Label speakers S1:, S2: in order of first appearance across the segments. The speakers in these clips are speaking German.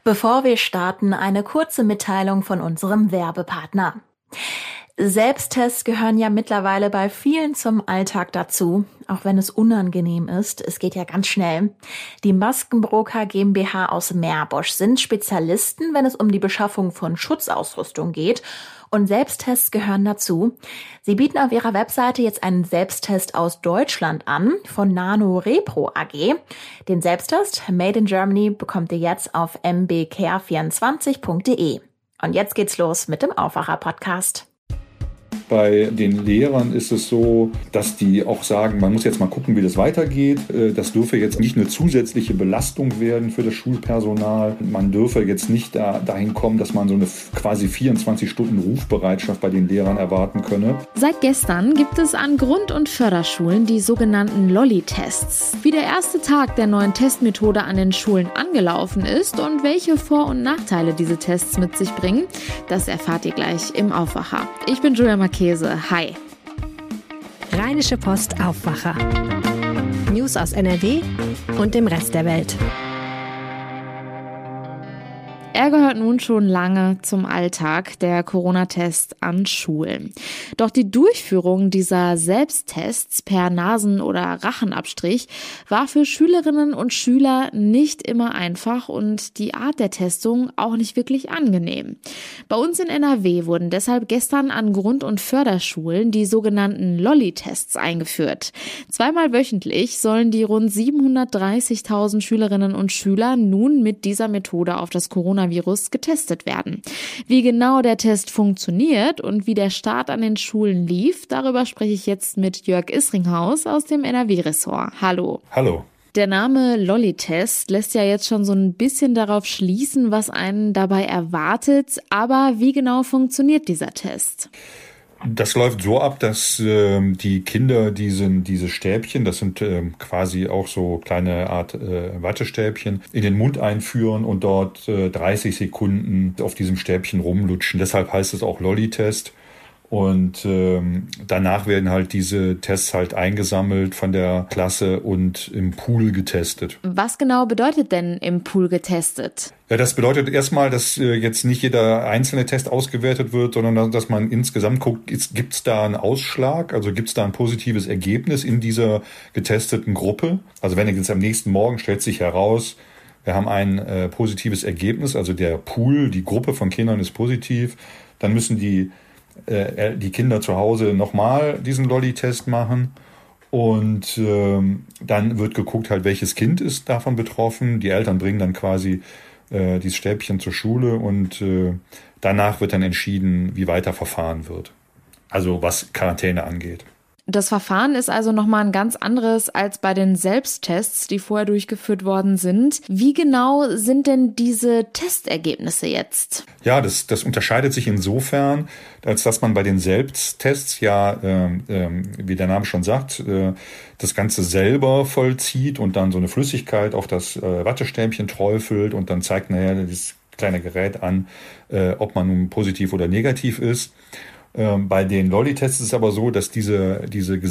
S1: Bevor wir starten, eine kurze Mitteilung von unserem Werbepartner. Selbsttests gehören ja mittlerweile bei vielen zum Alltag dazu, auch wenn es unangenehm ist. Es geht ja ganz schnell. Die Maskenbroker GmbH aus Meerbusch sind Spezialisten, wenn es um die Beschaffung von Schutzausrüstung geht. Und Selbsttests gehören dazu. Sie bieten auf ihrer Webseite jetzt einen Selbsttest aus Deutschland an, von Nano Repro AG. Den Selbsttest Made in Germany bekommt ihr jetzt auf mbcare24.de. Und jetzt geht's los mit dem Aufwacher-Podcast.
S2: Bei den Lehrern ist es so, dass die auch sagen, man muss jetzt mal gucken, wie das weitergeht. Das dürfe jetzt nicht eine zusätzliche Belastung werden für das Schulpersonal. Man dürfe jetzt nicht dahin kommen, dass man so eine quasi 24-Stunden-Rufbereitschaft bei den Lehrern erwarten könne.
S3: Seit gestern gibt es an Grund- und Förderschulen die sogenannten Lolli-Tests. Wie der erste Tag der neuen Testmethode an den Schulen angelaufen ist und welche Vor- und Nachteile diese Tests mit sich bringen, das erfahrt ihr gleich im Aufwacher. Ich bin Julia Marquez. Hi.
S4: Rheinische Post Aufwacher. News aus NRW und dem Rest der Welt.
S3: Er gehört nun schon lange zum Alltag, der Corona-Test an Schulen. Doch die Durchführung dieser Selbsttests per Nasen- oder Rachenabstrich war für Schülerinnen und Schüler nicht immer einfach und die Art der Testung auch nicht wirklich angenehm. Bei uns in NRW wurden deshalb gestern an Grund- und Förderschulen die sogenannten Lolli-Tests eingeführt. Zweimal wöchentlich sollen die rund 730.000 Schülerinnen und Schüler nun mit dieser Methode auf das Coronavirus getestet werden. Wie genau der Test funktioniert und wie der Start an den Schulen lief, darüber spreche ich jetzt mit Jörg Isringhaus aus dem NRW-Ressort. Hallo.
S2: Hallo.
S3: Der Name Lolli-Test lässt ja jetzt schon so ein bisschen darauf schließen, was einen dabei erwartet. Aber wie genau funktioniert dieser Test?
S2: Das läuft so ab, dass die Kinder diese Stäbchen, das sind quasi auch so kleine Art Wattestäbchen, in den Mund einführen und dort 30 Sekunden auf diesem Stäbchen rumlutschen. Deshalb heißt es auch Lolli-Test. Und danach werden halt diese Tests halt eingesammelt von der Klasse und im Pool getestet.
S3: Was genau bedeutet denn im Pool getestet?
S2: Ja, das bedeutet erstmal, dass jetzt nicht jeder einzelne Test ausgewertet wird, sondern dass man insgesamt guckt, gibt es da einen Ausschlag, also gibt es da ein positives Ergebnis in dieser getesteten Gruppe. Also wenn jetzt am nächsten Morgen stellt sich heraus, wir haben ein positives Ergebnis, also der Pool, die Gruppe von Kindern ist positiv, dann müssen die Kinder zu Hause nochmal diesen Lolli-Test machen und dann wird geguckt, halt welches Kind ist davon betroffen. Die Eltern bringen dann quasi dieses Stäbchen zur Schule und danach wird dann entschieden, wie weiter verfahren wird. Also was Quarantäne angeht.
S3: Das Verfahren ist also nochmal ein ganz anderes als bei den Selbsttests, die vorher durchgeführt worden sind. Wie genau sind denn diese Testergebnisse jetzt?
S2: Ja, das unterscheidet sich insofern, als dass man bei den Selbsttests ja, wie der Name schon sagt, das Ganze selber vollzieht und dann so eine Flüssigkeit auf das Wattestäbchen träufelt und dann zeigt nachher das kleine Gerät an, ob man nun positiv oder negativ ist. Bei den Lolli-Tests ist es aber so, dass diese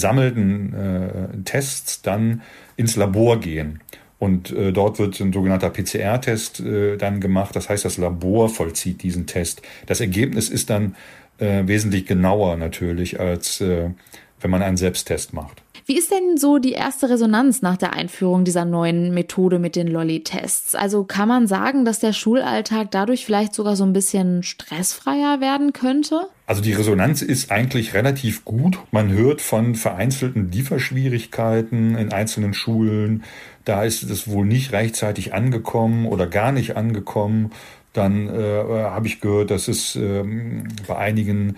S2: gesammelten Tests dann ins Labor gehen. Und dort wird ein sogenannter PCR-Test dann gemacht. Das heißt, das Labor vollzieht diesen Test. Das Ergebnis ist dann wesentlich genauer natürlich, als wenn man einen Selbsttest macht.
S3: Wie ist denn so die erste Resonanz nach der Einführung dieser neuen Methode mit den Lolli-Tests? Also kann man sagen, dass der Schulalltag dadurch vielleicht sogar so ein bisschen stressfreier werden könnte?
S2: Also die Resonanz ist eigentlich relativ gut. Man hört von vereinzelten Lieferschwierigkeiten in einzelnen Schulen. Da ist es wohl nicht rechtzeitig angekommen oder gar nicht angekommen. Dann habe ich gehört, dass es bei einigen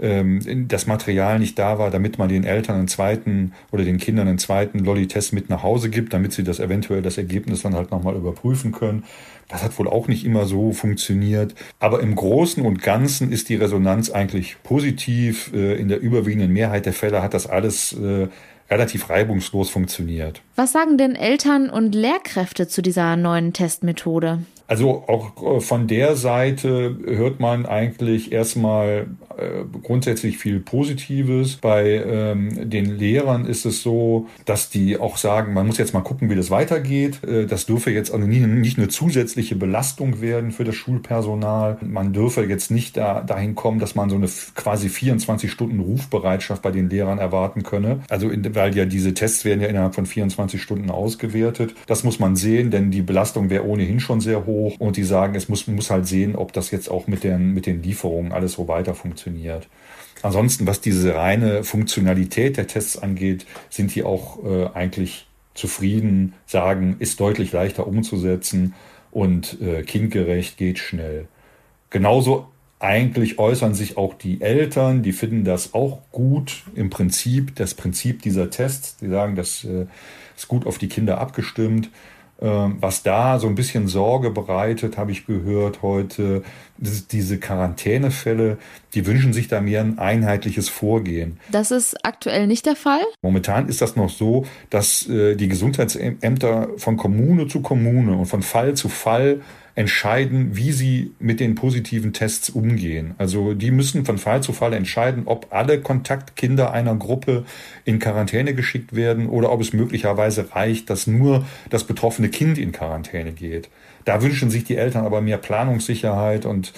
S2: das Material nicht da war, damit man den Eltern einen zweiten oder den Kindern einen zweiten Lolli-Test mit nach Hause gibt, damit sie das Ergebnis dann halt nochmal überprüfen können. Das hat wohl auch nicht immer so funktioniert. Aber im Großen und Ganzen ist die Resonanz eigentlich positiv. In der überwiegenden Mehrheit der Fälle hat das alles relativ reibungslos funktioniert.
S3: Was sagen denn Eltern und Lehrkräfte zu dieser neuen Testmethode?
S2: Also auch von der Seite hört man eigentlich erstmal grundsätzlich viel Positives. Bei den Lehrern ist es so, dass die auch sagen, man muss jetzt mal gucken, wie das weitergeht. Das dürfe jetzt also nicht eine zusätzliche Belastung werden für das Schulpersonal. Man dürfe jetzt nicht dahin kommen, dass man so eine quasi 24 Stunden Rufbereitschaft bei den Lehrern erwarten könne. Also weil ja diese Tests werden ja innerhalb von 24 Stunden ausgewertet. Das muss man sehen, denn die Belastung wäre ohnehin schon sehr hoch. Und die sagen, es muss halt sehen, ob das jetzt auch mit den Lieferungen alles so weiter funktioniert. Ansonsten, was diese reine Funktionalität der Tests angeht, sind die auch eigentlich zufrieden, sagen, ist deutlich leichter umzusetzen und kindgerecht, geht schnell. Genauso eigentlich äußern sich auch die Eltern, die finden das auch gut im Prinzip, das Prinzip dieser Tests. Die sagen, das ist gut auf die Kinder abgestimmt. Was da so ein bisschen Sorge bereitet, habe ich gehört heute, diese Quarantänefälle, die wünschen sich da mehr ein einheitliches Vorgehen.
S3: Das ist aktuell nicht der Fall?
S2: Momentan ist das noch so, dass die Gesundheitsämter von Kommune zu Kommune und von Fall zu Fall entscheiden, wie sie mit den positiven Tests umgehen. Also die müssen von Fall zu Fall entscheiden, ob alle Kontaktkinder einer Gruppe in Quarantäne geschickt werden oder ob es möglicherweise reicht, dass nur das betroffene Kind in Quarantäne geht. Da wünschen sich die Eltern aber mehr Planungssicherheit und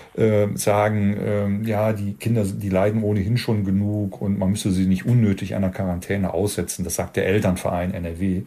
S2: sagen, ja, die Kinder, die leiden ohnehin schon genug und man müsse sie nicht unnötig einer Quarantäne aussetzen. Das sagt der Elternverein NRW.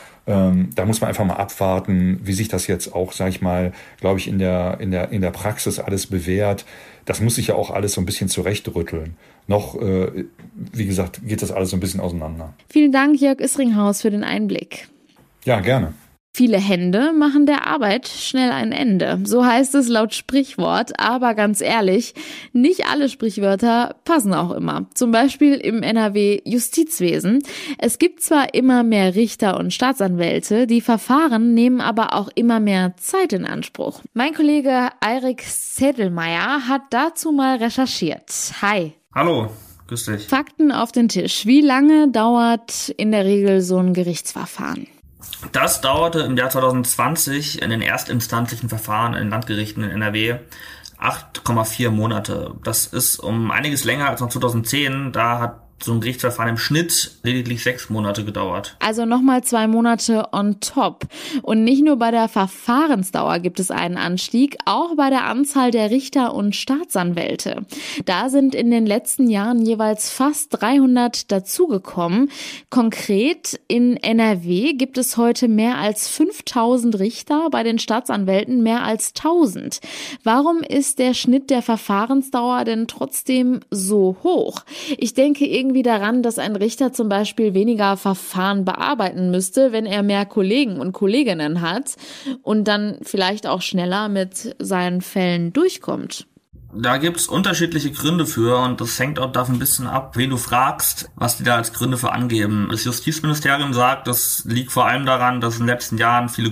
S2: Da muss man einfach mal abwarten, wie sich das jetzt auch, sag ich mal, glaube ich, in der Praxis alles bewährt. Das muss sich ja auch alles so ein bisschen zurechtrütteln. Noch, wie gesagt, geht das alles so ein bisschen auseinander.
S3: Vielen Dank, Jörg Isringhaus, für den Einblick.
S2: Ja, gerne.
S3: Viele Hände machen der Arbeit schnell ein Ende. So heißt es laut Sprichwort. Aber ganz ehrlich, nicht alle Sprichwörter passen auch immer. Zum Beispiel im NRW-Justizwesen. Es gibt zwar immer mehr Richter und Staatsanwälte, die Verfahren nehmen aber auch immer mehr Zeit in Anspruch. Mein Kollege Eirik Sedlmeier hat dazu mal recherchiert. Hi.
S5: Hallo. Grüß dich.
S3: Fakten auf den Tisch. Wie lange dauert in der Regel so ein Gerichtsverfahren?
S5: Das dauerte im Jahr 2020 in den erstinstanzlichen Verfahren in Landgerichten in NRW 8,4 Monate. Das ist um einiges länger als noch 2010. Da hat so ein Gerichtsverfahren im Schnitt lediglich 6 Monate gedauert.
S3: Also nochmal 2 Monate on top. Und nicht nur bei der Verfahrensdauer gibt es einen Anstieg, auch bei der Anzahl der Richter und Staatsanwälte. Da sind in den letzten Jahren jeweils fast 300 dazugekommen. Konkret in NRW gibt es heute mehr als 5000 Richter, bei den Staatsanwälten mehr als 1000. Warum ist der Schnitt der Verfahrensdauer denn trotzdem so hoch? Ich denke irgendwie daran, dass ein Richter zum Beispiel weniger Verfahren bearbeiten müsste, wenn er mehr Kollegen und Kolleginnen hat und dann vielleicht auch schneller mit seinen Fällen durchkommt.
S5: Da gibt's unterschiedliche Gründe für und das hängt auch davon ein bisschen ab, wen du fragst, was die da als Gründe für angeben. Das Justizministerium sagt, das liegt vor allem daran, dass in den letzten Jahren viele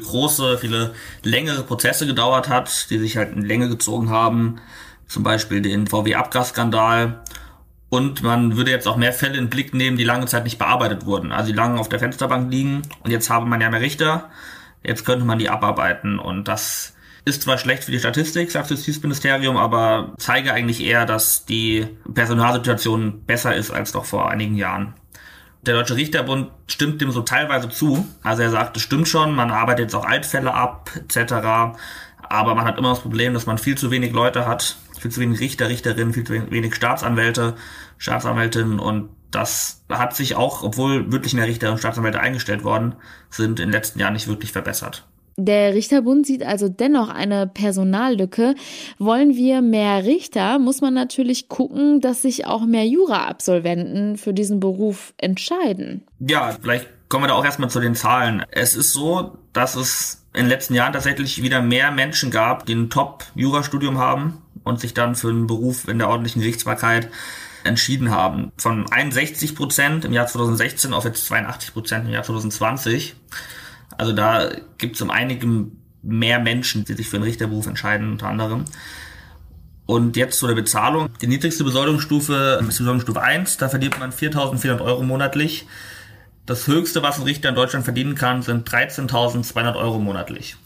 S5: längere Prozesse gedauert hat, die sich halt in Länge gezogen haben, zum Beispiel den VW-Abgasskandal. Und man würde jetzt auch mehr Fälle in den Blick nehmen, die lange Zeit nicht bearbeitet wurden. Also die lange auf der Fensterbank liegen und jetzt habe man ja mehr Richter. Jetzt könnte man die abarbeiten und das ist zwar schlecht für die Statistik, sagt das Justizministerium, aber zeige eigentlich eher, dass die Personalsituation besser ist als noch vor einigen Jahren. Der Deutsche Richterbund stimmt dem so teilweise zu. Also er sagt, es stimmt schon, man arbeitet jetzt auch Altfälle ab etc. Aber man hat immer das Problem, dass man viel zu wenig Leute hat, viel zu wenig Richter, Richterinnen, viel zu wenig Staatsanwälte, Staatsanwältinnen und das hat sich auch, obwohl wirklich mehr Richter und Staatsanwälte eingestellt worden sind, in den letzten Jahren nicht wirklich verbessert.
S3: Der Richterbund sieht also dennoch eine Personallücke. Wollen wir mehr Richter, muss man natürlich gucken, dass sich auch mehr Jura-Absolventen für diesen Beruf entscheiden.
S5: Ja, vielleicht kommen wir da auch erstmal zu den Zahlen. Es ist so, dass es in den letzten Jahren tatsächlich wieder mehr Menschen gab, die ein Top-Jurastudium haben und sich dann für einen Beruf in der ordentlichen Gerichtsbarkeit entschieden haben. Von 61% im Jahr 2016 auf jetzt 82% im Jahr 2020. Also da gibt es um einige mehr Menschen, die sich für den Richterberuf entscheiden, unter anderem. Und jetzt zu der Bezahlung. Die niedrigste Besoldungsstufe ist Besoldungsstufe 1, da verdient man 4.400 € monatlich. Das höchste, was ein Richter in Deutschland verdienen kann, sind 13.200 € monatlich.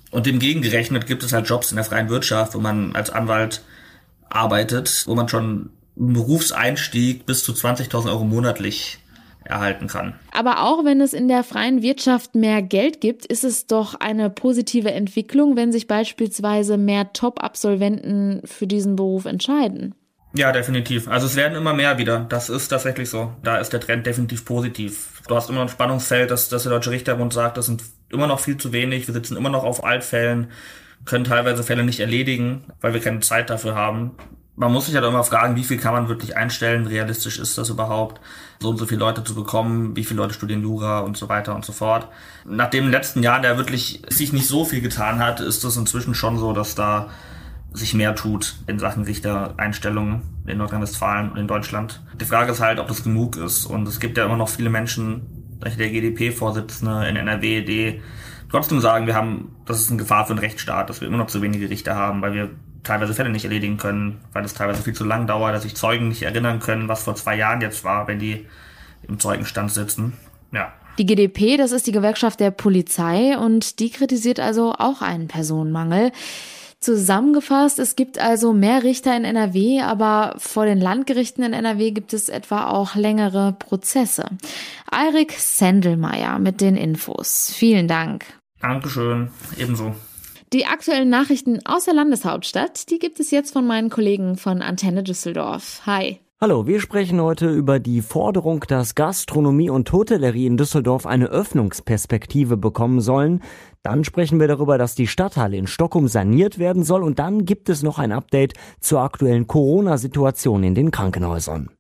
S5: Und dem gegengerechnet gibt es halt Jobs in der freien Wirtschaft, wo man als Anwalt arbeitet, wo man schon einen Berufseinstieg bis zu 20.000 Euro monatlich erhalten kann.
S3: Aber auch wenn es in der freien Wirtschaft mehr Geld gibt, ist es doch eine positive Entwicklung, wenn sich beispielsweise mehr Top-Absolventen für diesen Beruf entscheiden.
S5: Ja, definitiv. Also es werden immer mehr wieder. Das ist tatsächlich so. Da ist der Trend definitiv positiv. Du hast immer ein Spannungsfeld, dass der Deutsche Richterbund sagt, das sind immer noch viel zu wenig. Wir sitzen immer noch auf Altfällen, können teilweise Fälle nicht erledigen, weil wir keine Zeit dafür haben. Man muss sich halt immer fragen, wie viel kann man wirklich einstellen, realistisch ist das überhaupt, so und so viele Leute zu bekommen, wie viele Leute studieren Jura und so weiter und so fort. Nachdem in den letzten Jahren da wirklich sich nicht so viel getan hat, ist es inzwischen schon so, dass da sich mehr tut in Sachen Richtereinstellungen in Nordrhein-Westfalen und in Deutschland. Die Frage ist halt, ob das genug ist, und es gibt ja immer noch viele Menschen, der GdP-Vorsitzende in NRW, die trotzdem sagen, das ist eine Gefahr für den Rechtsstaat, dass wir immer noch zu wenige Richter haben, weil wir teilweise Fälle nicht erledigen können, weil es teilweise viel zu lang dauert, dass sich Zeugen nicht erinnern können, was vor 2 Jahren jetzt war, wenn die im Zeugenstand sitzen. Ja.
S3: Die GdP, das ist die Gewerkschaft der Polizei, und die kritisiert also auch einen Personenmangel. Zusammengefasst, es gibt also mehr Richter in NRW, aber vor den Landgerichten in NRW gibt es etwa auch längere Prozesse. Eirik Sendelmeier mit den Infos. Vielen Dank.
S5: Dankeschön, ebenso.
S3: Die aktuellen Nachrichten aus der Landeshauptstadt, die gibt es jetzt von meinen Kollegen von Antenne Düsseldorf. Hi.
S6: Hallo, wir sprechen heute über die Forderung, dass Gastronomie und Hotellerie in Düsseldorf eine Öffnungsperspektive bekommen sollen. Dann sprechen wir darüber, dass die Stadthalle in Stockholm saniert werden soll. Und dann gibt es noch ein Update zur aktuellen Corona-Situation in den Krankenhäusern.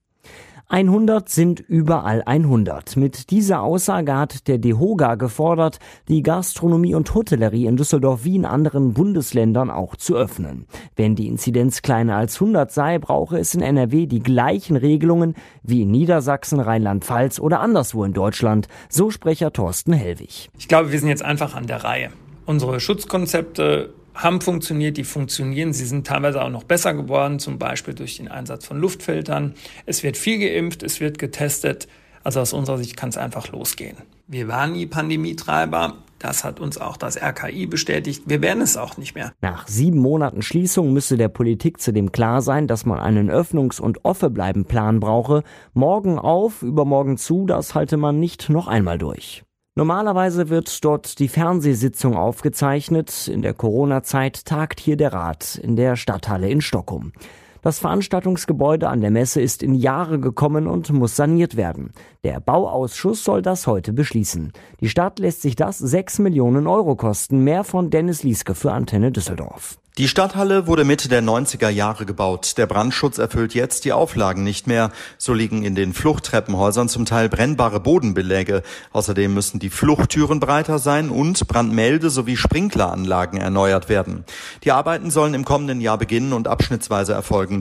S6: 100 sind überall 100. Mit dieser Aussage hat der DEHOGA gefordert, die Gastronomie und Hotellerie in Düsseldorf wie in anderen Bundesländern auch zu öffnen. Wenn die Inzidenz kleiner als 100 sei, brauche es in NRW die gleichen Regelungen wie in Niedersachsen, Rheinland-Pfalz oder anderswo in Deutschland, so Sprecher Thorsten Hellwig.
S7: Ich glaube, wir sind jetzt einfach an der Reihe. Unsere Schutzkonzepte haben funktioniert, die funktionieren. Sie sind teilweise auch noch besser geworden, zum Beispiel durch den Einsatz von Luftfiltern. Es wird viel geimpft, es wird getestet. Also aus unserer Sicht kann es einfach losgehen. Wir waren nie Pandemietreiber. Das hat uns auch das RKI bestätigt. Wir werden es auch nicht mehr.
S6: Nach 7 Monaten Schließung müsse der Politik zudem klar sein, dass man einen Öffnungs- und Offenbleiben-Plan brauche. Morgen auf, übermorgen zu, das halte man nicht noch einmal durch. Normalerweise wird dort die Fernsehsitzung aufgezeichnet. In der Corona-Zeit tagt hier der Rat in der Stadthalle in Stockholm. Das Veranstaltungsgebäude an der Messe ist in Jahre gekommen und muss saniert werden. Der Bauausschuss soll das heute beschließen. Die Stadt lässt sich das 6 Millionen Euro kosten. Mehr von Dennis Lieske für Antenne Düsseldorf.
S8: Die Stadthalle wurde Mitte der 90er Jahre gebaut. Der Brandschutz erfüllt jetzt die Auflagen nicht mehr. So liegen in den Fluchttreppenhäusern zum Teil brennbare Bodenbeläge. Außerdem müssen die Fluchttüren breiter sein und Brandmelde- sowie Sprinkleranlagen erneuert werden. Die Arbeiten sollen im kommenden Jahr beginnen und abschnittsweise erfolgen.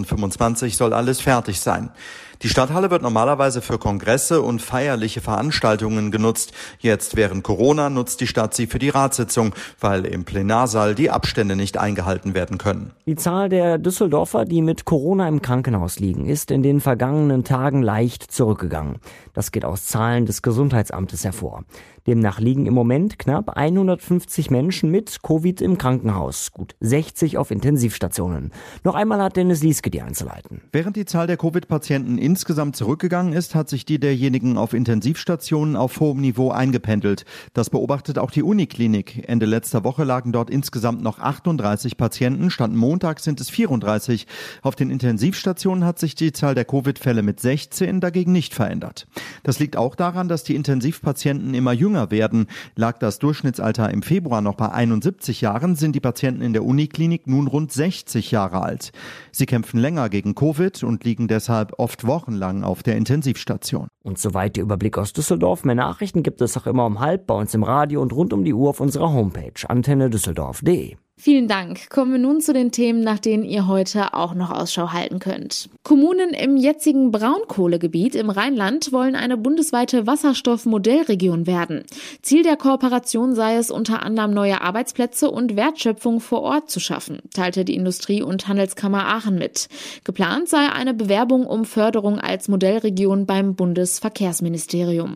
S8: 2025 soll alles fertig sein. Die Stadthalle wird normalerweise für Kongresse und feierliche Veranstaltungen genutzt. Jetzt während Corona nutzt die Stadt sie für die Ratssitzung, weil im Plenarsaal die Abstände nicht eingehalten werden können.
S6: Die Zahl der Düsseldorfer, die mit Corona im Krankenhaus liegen, ist in den vergangenen Tagen leicht zurückgegangen. Das geht aus Zahlen des Gesundheitsamtes hervor. Demnach liegen im Moment knapp 150 Menschen mit Covid im Krankenhaus, gut 60 auf Intensivstationen. Noch einmal hat Dennis Lieske die Einzelheiten.
S8: Während die Zahl der Covid-Patienten insgesamt zurückgegangen ist, hat sich die derjenigen auf Intensivstationen auf hohem Niveau eingependelt. Das beobachtet auch die Uniklinik. Ende letzter Woche lagen dort insgesamt noch 38 Patienten, Stand Montag sind es 34. Auf den Intensivstationen hat sich die Zahl der Covid-Fälle mit 16 dagegen nicht verändert. Das liegt auch daran, dass die Intensivpatienten immer jünger werden. Lag das Durchschnittsalter im Februar noch bei 71 Jahren, sind die Patienten in der Uniklinik nun rund 60 Jahre alt. Sie kämpfen länger gegen Covid und liegen deshalb oft wochenlang auf der Intensivstation.
S6: Und soweit der Überblick aus Düsseldorf. Mehr Nachrichten gibt es auch immer um 12:30 bei uns im Radio und rund um die Uhr auf unserer Homepage antennedüsseldorf.de.
S3: Vielen Dank. Kommen wir nun zu den Themen, nach denen ihr heute auch noch Ausschau halten könnt. Kommunen im jetzigen Braunkohlegebiet im Rheinland wollen eine bundesweite Wasserstoffmodellregion werden. Ziel der Kooperation sei es unter anderem, neue Arbeitsplätze und Wertschöpfung vor Ort zu schaffen, teilte die Industrie- und Handelskammer Aachen mit. Geplant sei eine Bewerbung um Förderung als Modellregion beim Bundesverkehrsministerium.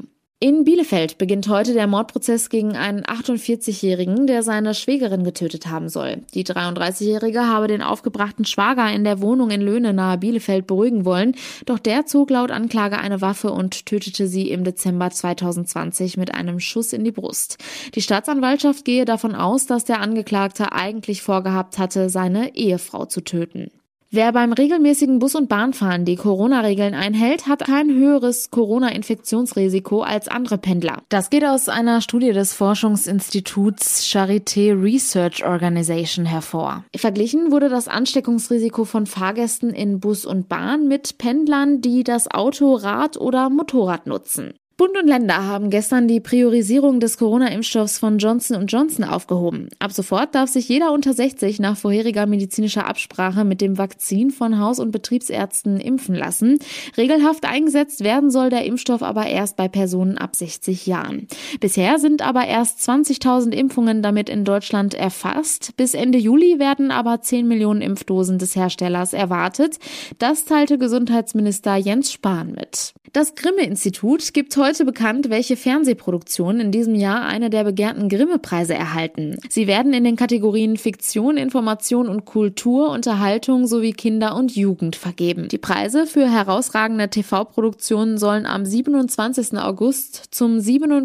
S3: In Bielefeld beginnt heute der Mordprozess gegen einen 48-Jährigen, der seine Schwägerin getötet haben soll. Die 33-Jährige habe den aufgebrachten Schwager in der Wohnung in Löhne nahe Bielefeld beruhigen wollen, doch der zog laut Anklage eine Waffe und tötete sie im Dezember 2020 mit einem Schuss in die Brust. Die Staatsanwaltschaft gehe davon aus, dass der Angeklagte eigentlich vorgehabt hatte, seine Ehefrau zu töten. Wer beim regelmäßigen Bus- und Bahnfahren die Corona-Regeln einhält, hat kein höheres Corona-Infektionsrisiko als andere Pendler. Das geht aus einer Studie des Forschungsinstituts Charité Research Organization hervor. Verglichen wurde das Ansteckungsrisiko von Fahrgästen in Bus und Bahn mit Pendlern, die das Auto, Rad oder Motorrad nutzen. Bund und Länder haben gestern die Priorisierung des Corona-Impfstoffs von Johnson & Johnson aufgehoben. Ab sofort darf sich jeder unter 60 nach vorheriger medizinischer Absprache mit dem Vakzin von Haus- und Betriebsärzten impfen lassen. Regelhaft eingesetzt werden soll der Impfstoff aber erst bei Personen ab 60 Jahren. Bisher sind aber erst 20.000 Impfungen damit in Deutschland erfasst. Bis Ende Juli werden aber 10 Millionen Impfdosen des Herstellers erwartet. Das teilte Gesundheitsminister Jens Spahn mit. Das Grimme-Institut gibt heute bekannt, welche Fernsehproduktionen in diesem Jahr eine der begehrten Grimme-Preise erhalten. Sie werden in den Kategorien Fiktion, Information und Kultur, Unterhaltung sowie Kinder und Jugend vergeben. Die Preise für herausragende TV-Produktionen sollen am 27. August zum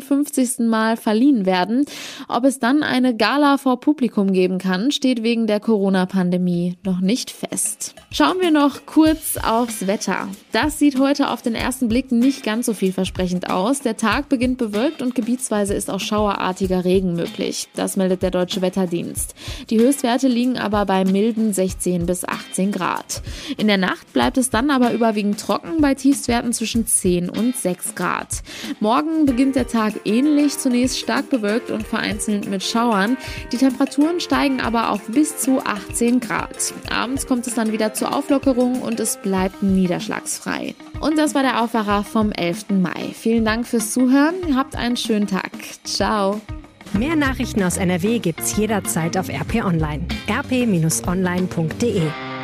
S3: 57. Mal verliehen werden. Ob es dann eine Gala vor Publikum geben kann, steht wegen der Corona-Pandemie noch nicht fest. Schauen wir noch kurz aufs Wetter. Das sieht heute auf den ersten Blick nicht ganz so vielversprechend aus. Der Tag beginnt bewölkt und gebietsweise ist auch schauerartiger Regen möglich. Das meldet der Deutsche Wetterdienst. Die Höchstwerte liegen aber bei milden 16 bis 18 Grad. In der Nacht bleibt es dann aber überwiegend trocken bei Tiefstwerten zwischen 10 und 6 Grad. Morgen beginnt der Tag ähnlich, zunächst stark bewölkt und vereinzelt mit Schauern. Die Temperaturen steigen aber auf bis zu 18 Grad. Abends kommt es dann wieder zur Auflockerung und es bleibt niederschlagsfrei. Und das war der Aufwacher vom 11. Mai. Vielen Dank fürs Zuhören. Habt einen schönen Tag. Ciao.
S4: Mehr Nachrichten aus NRW gibt's jederzeit auf RP Online. rp-online.de